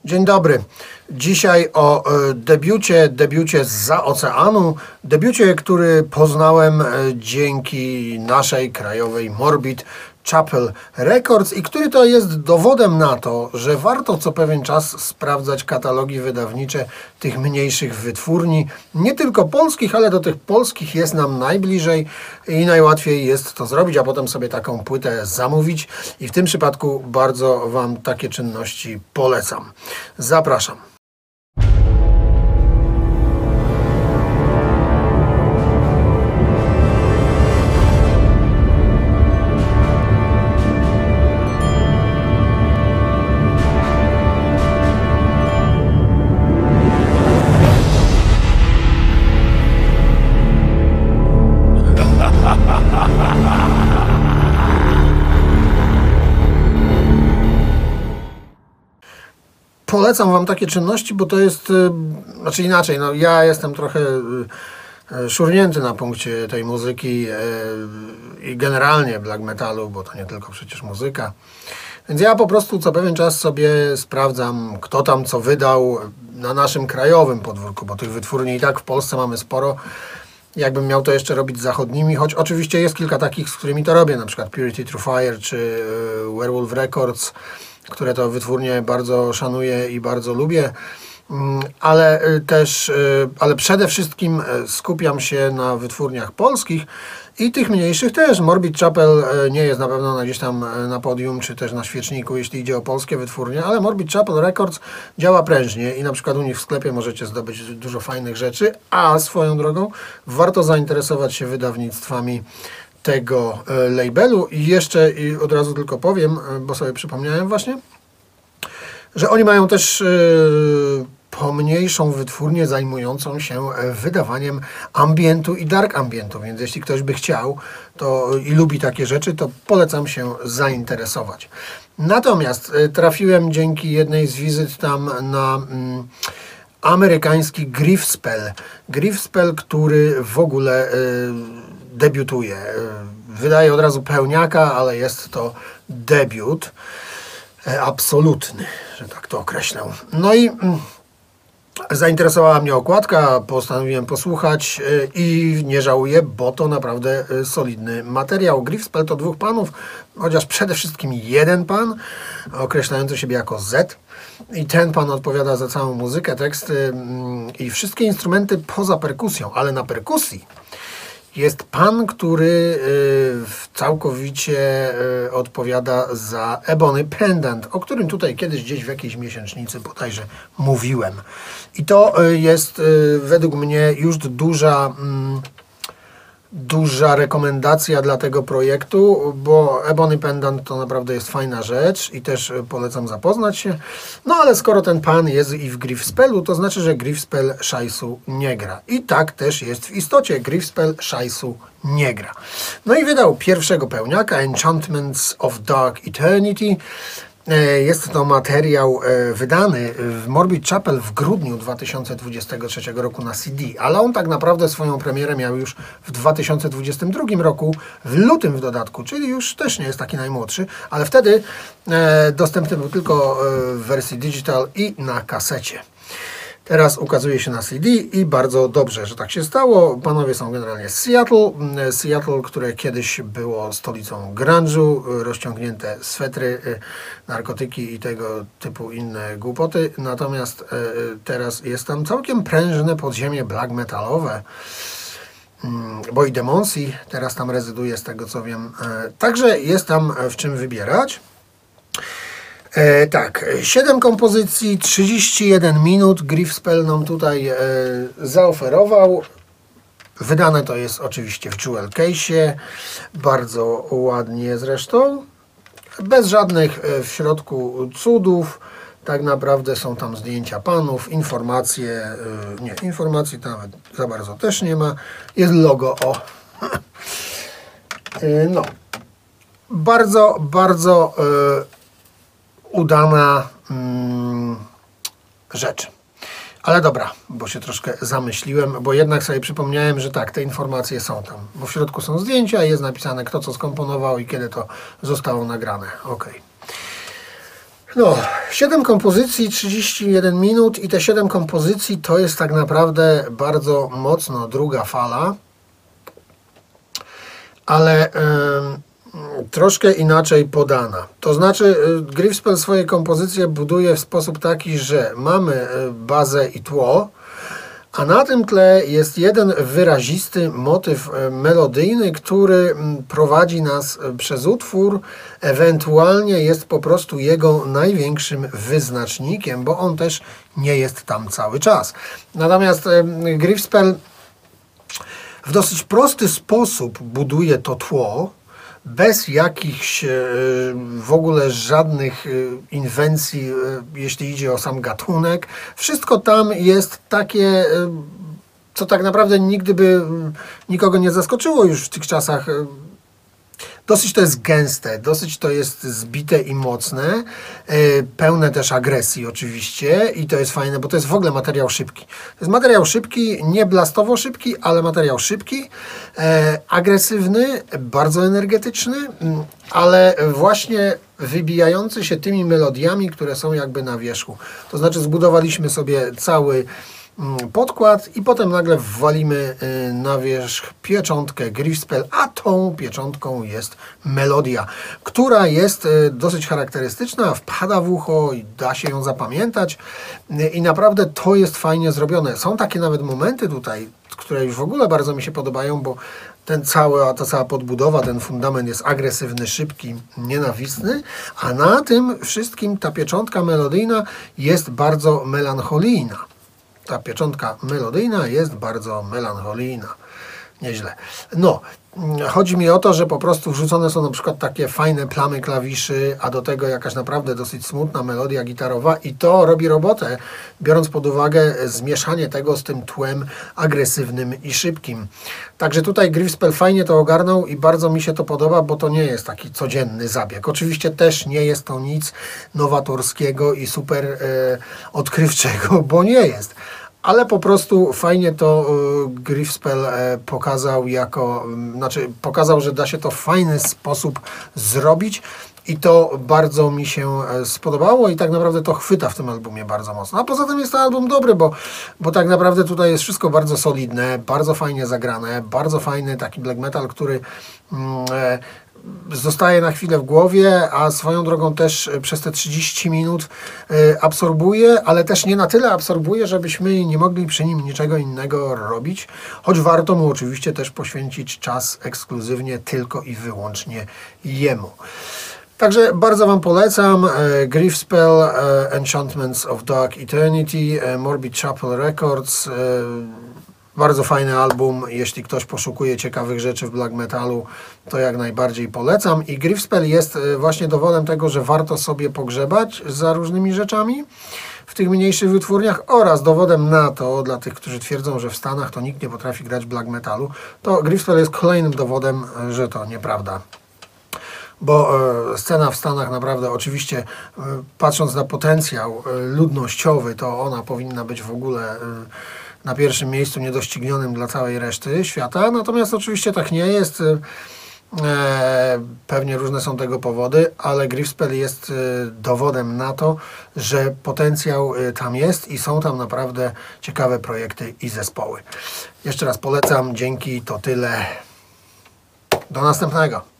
Dzień dobry. Dzisiaj o debiucie zza oceanu, debiucie, który poznałem dzięki naszej krajowej Morbid Chapel Records i który to jest dowodem na to, że warto co pewien czas sprawdzać katalogi wydawnicze tych mniejszych wytwórni, nie tylko polskich, ale do tych polskich jest nam najbliżej i najłatwiej jest to zrobić, a potem sobie taką płytę zamówić i w tym przypadku bardzo Wam takie czynności polecam. Zapraszam. Polecam Wam takie czynności, bo to jest, znaczy inaczej, no ja jestem trochę szurnięty na punkcie tej muzyki i generalnie black metalu, bo to nie tylko przecież muzyka. Więc ja po prostu co pewien czas sobie sprawdzam, kto tam co wydał na naszym krajowym podwórku, bo tych wytwórni i tak w Polsce mamy sporo. Jakbym miał to jeszcze robić z zachodnimi, choć oczywiście jest kilka takich, z którymi to robię, na przykład Purity Through Fire czy Werewolf Records, które to wytwórnie bardzo szanuję i bardzo lubię, ale przede wszystkim skupiam się na wytwórniach polskich i tych mniejszych też. Morbid Chapel nie jest na pewno gdzieś tam na podium, czy też na świeczniku, jeśli idzie o polskie wytwórnie, ale Morbid Chapel Records działa prężnie i na przykład u nich w sklepie możecie zdobyć dużo fajnych rzeczy, a swoją drogą warto zainteresować się wydawnictwami tego labelu. I jeszcze od razu tylko powiem, bo sobie przypomniałem właśnie, że oni mają też pomniejszą wytwórnię zajmującą się wydawaniem ambientu i dark ambientu, więc jeśli ktoś by chciał i lubi takie rzeczy, to polecam się zainteresować. Natomiast trafiłem dzięki jednej z wizyt tam na amerykański Griefspell. Griefspell, który w ogóle debiutuje. Wydaje od razu pełniaka, ale jest to debiut absolutny, że tak to określę. No i zainteresowała mnie okładka, postanowiłem posłuchać i nie żałuję, bo to naprawdę solidny materiał. Griefspell to dwóch panów, chociaż przede wszystkim jeden pan, określający siebie jako Z. I ten pan odpowiada za całą muzykę, teksty i wszystkie instrumenty poza perkusją, ale na perkusji jest pan, który całkowicie odpowiada za Ebony Pendant, o którym tutaj kiedyś gdzieś w jakiejś miesięcznicy bodajże mówiłem. I to jest według mnie już duża rekomendacja dla tego projektu, bo Ebony Pendant to naprawdę jest fajna rzecz i też polecam zapoznać się. No ale skoro ten pan jest i w Griefspellu, to znaczy, że Griefspell szajsu nie gra. I tak też jest w istocie. Griefspell szajsu nie gra. No i wydał pierwszego pełniaka, Enchantments of Dark Eternity. Jest to materiał wydany w Morbid Chapel w grudniu 2023 roku na CD, ale on tak naprawdę swoją premierę miał już w 2022 roku, w lutym w dodatku, czyli już też nie jest taki najmłodszy, ale wtedy dostępny był tylko w wersji digital i na kasecie. Teraz ukazuje się na CD i bardzo dobrze, że tak się stało. Panowie są generalnie z Seattle, które kiedyś było stolicą grunge'u, rozciągnięte swetry, narkotyki i tego typu inne głupoty. Natomiast teraz jest tam całkiem prężne podziemie black metalowe. Boy Demonsi teraz tam rezyduje, z tego co wiem. Także jest tam w czym wybierać. Tak, 7 kompozycji, 31 minut Griefspell nam tutaj zaoferował. Wydane to jest oczywiście w Jewel Case'ie, bardzo ładnie zresztą, bez żadnych w środku cudów. Tak naprawdę są tam zdjęcia panów, informacje, nie, informacji nawet za bardzo też nie ma. Jest logo, o. No, bardzo udana rzecz. Ale dobra, bo się troszkę zamyśliłem, bo jednak sobie przypomniałem, że tak, te informacje są tam. Bo w środku są zdjęcia i jest napisane, kto co skomponował i kiedy to zostało nagrane. Ok. No, 7 kompozycji, 31 minut i te 7 kompozycji to jest tak naprawdę bardzo mocno druga fala, ale troszkę inaczej podana. To znaczy Grifspell swoje kompozycje buduje w sposób taki, że mamy bazę i tło, a na tym tle jest jeden wyrazisty motyw melodyjny, który prowadzi nas przez utwór, ewentualnie jest po prostu jego największym wyznacznikiem, bo on też nie jest tam cały czas. Natomiast Grifspell w dosyć prosty sposób buduje to tło, bez jakichś w ogóle żadnych inwencji, jeśli idzie o sam gatunek. Wszystko tam jest takie, co tak naprawdę nigdy by nikogo nie zaskoczyło już w tych czasach. Dosyć to jest gęste, dosyć to jest zbite i mocne, pełne też agresji oczywiście i to jest fajne, bo to jest w ogóle materiał szybki. To jest materiał szybki, nie blastowo szybki, ale materiał szybki, agresywny, bardzo energetyczny, ale właśnie wybijający się tymi melodiami, które są jakby na wierzchu. To znaczy zbudowaliśmy sobie cały podkład i potem nagle wwalimy na wierzch pieczątkę Grifspell, a tą pieczątką jest melodia, która jest dosyć charakterystyczna, wpada w ucho i da się ją zapamiętać i naprawdę to jest fajnie zrobione. Są takie nawet momenty tutaj, które już w ogóle bardzo mi się podobają, bo ta cała podbudowa, ten fundament jest agresywny, szybki, nienawistny, a na tym wszystkim ta pieczątka melodyjna jest bardzo melancholijna. Ta pieczątka melodyjna jest bardzo melancholijna. Nieźle. No, chodzi mi o to, że po prostu wrzucone są na przykład takie fajne plamy klawiszy, a do tego jakaś naprawdę dosyć smutna melodia gitarowa i to robi robotę, biorąc pod uwagę zmieszanie tego z tym tłem agresywnym i szybkim. Także tutaj Grifspell fajnie to ogarnął i bardzo mi się to podoba, bo to nie jest taki codzienny zabieg. Oczywiście też nie jest to nic nowatorskiego i super odkrywczego, bo nie jest. Ale po prostu fajnie to Grifspell pokazał pokazał, że da się to w fajny sposób zrobić i to bardzo mi się spodobało i tak naprawdę to chwyta w tym albumie bardzo mocno. A poza tym jest to album dobry, bo tak naprawdę tutaj jest wszystko bardzo solidne, bardzo fajnie zagrane, bardzo fajny taki black metal, który zostaje na chwilę w głowie, a swoją drogą też przez te 30 minut absorbuje, ale też nie na tyle absorbuje, żebyśmy nie mogli przy nim niczego innego robić, choć warto mu oczywiście też poświęcić czas ekskluzywnie tylko i wyłącznie jemu. Także bardzo Wam polecam Grifspell, Enchantments of Dark Eternity, Morbid Chapel Records. Bardzo fajny album, jeśli ktoś poszukuje ciekawych rzeczy w black metalu, to jak najbardziej polecam. I Grifspell jest właśnie dowodem tego, że warto sobie pogrzebać za różnymi rzeczami w tych mniejszych wytwórniach oraz dowodem na to, dla tych, którzy twierdzą, że w Stanach to nikt nie potrafi grać black metalu, to Grifspell jest kolejnym dowodem, że to nieprawda. Bo scena w Stanach naprawdę, oczywiście patrząc na potencjał ludnościowy, to ona powinna być w ogóle na pierwszym miejscu niedoścignionym dla całej reszty świata. Natomiast oczywiście tak nie jest. Pewnie różne są tego powody, ale Grifspell jest dowodem na to, że potencjał tam jest i są tam naprawdę ciekawe projekty i zespoły. Jeszcze raz polecam, dzięki, to tyle. Do następnego.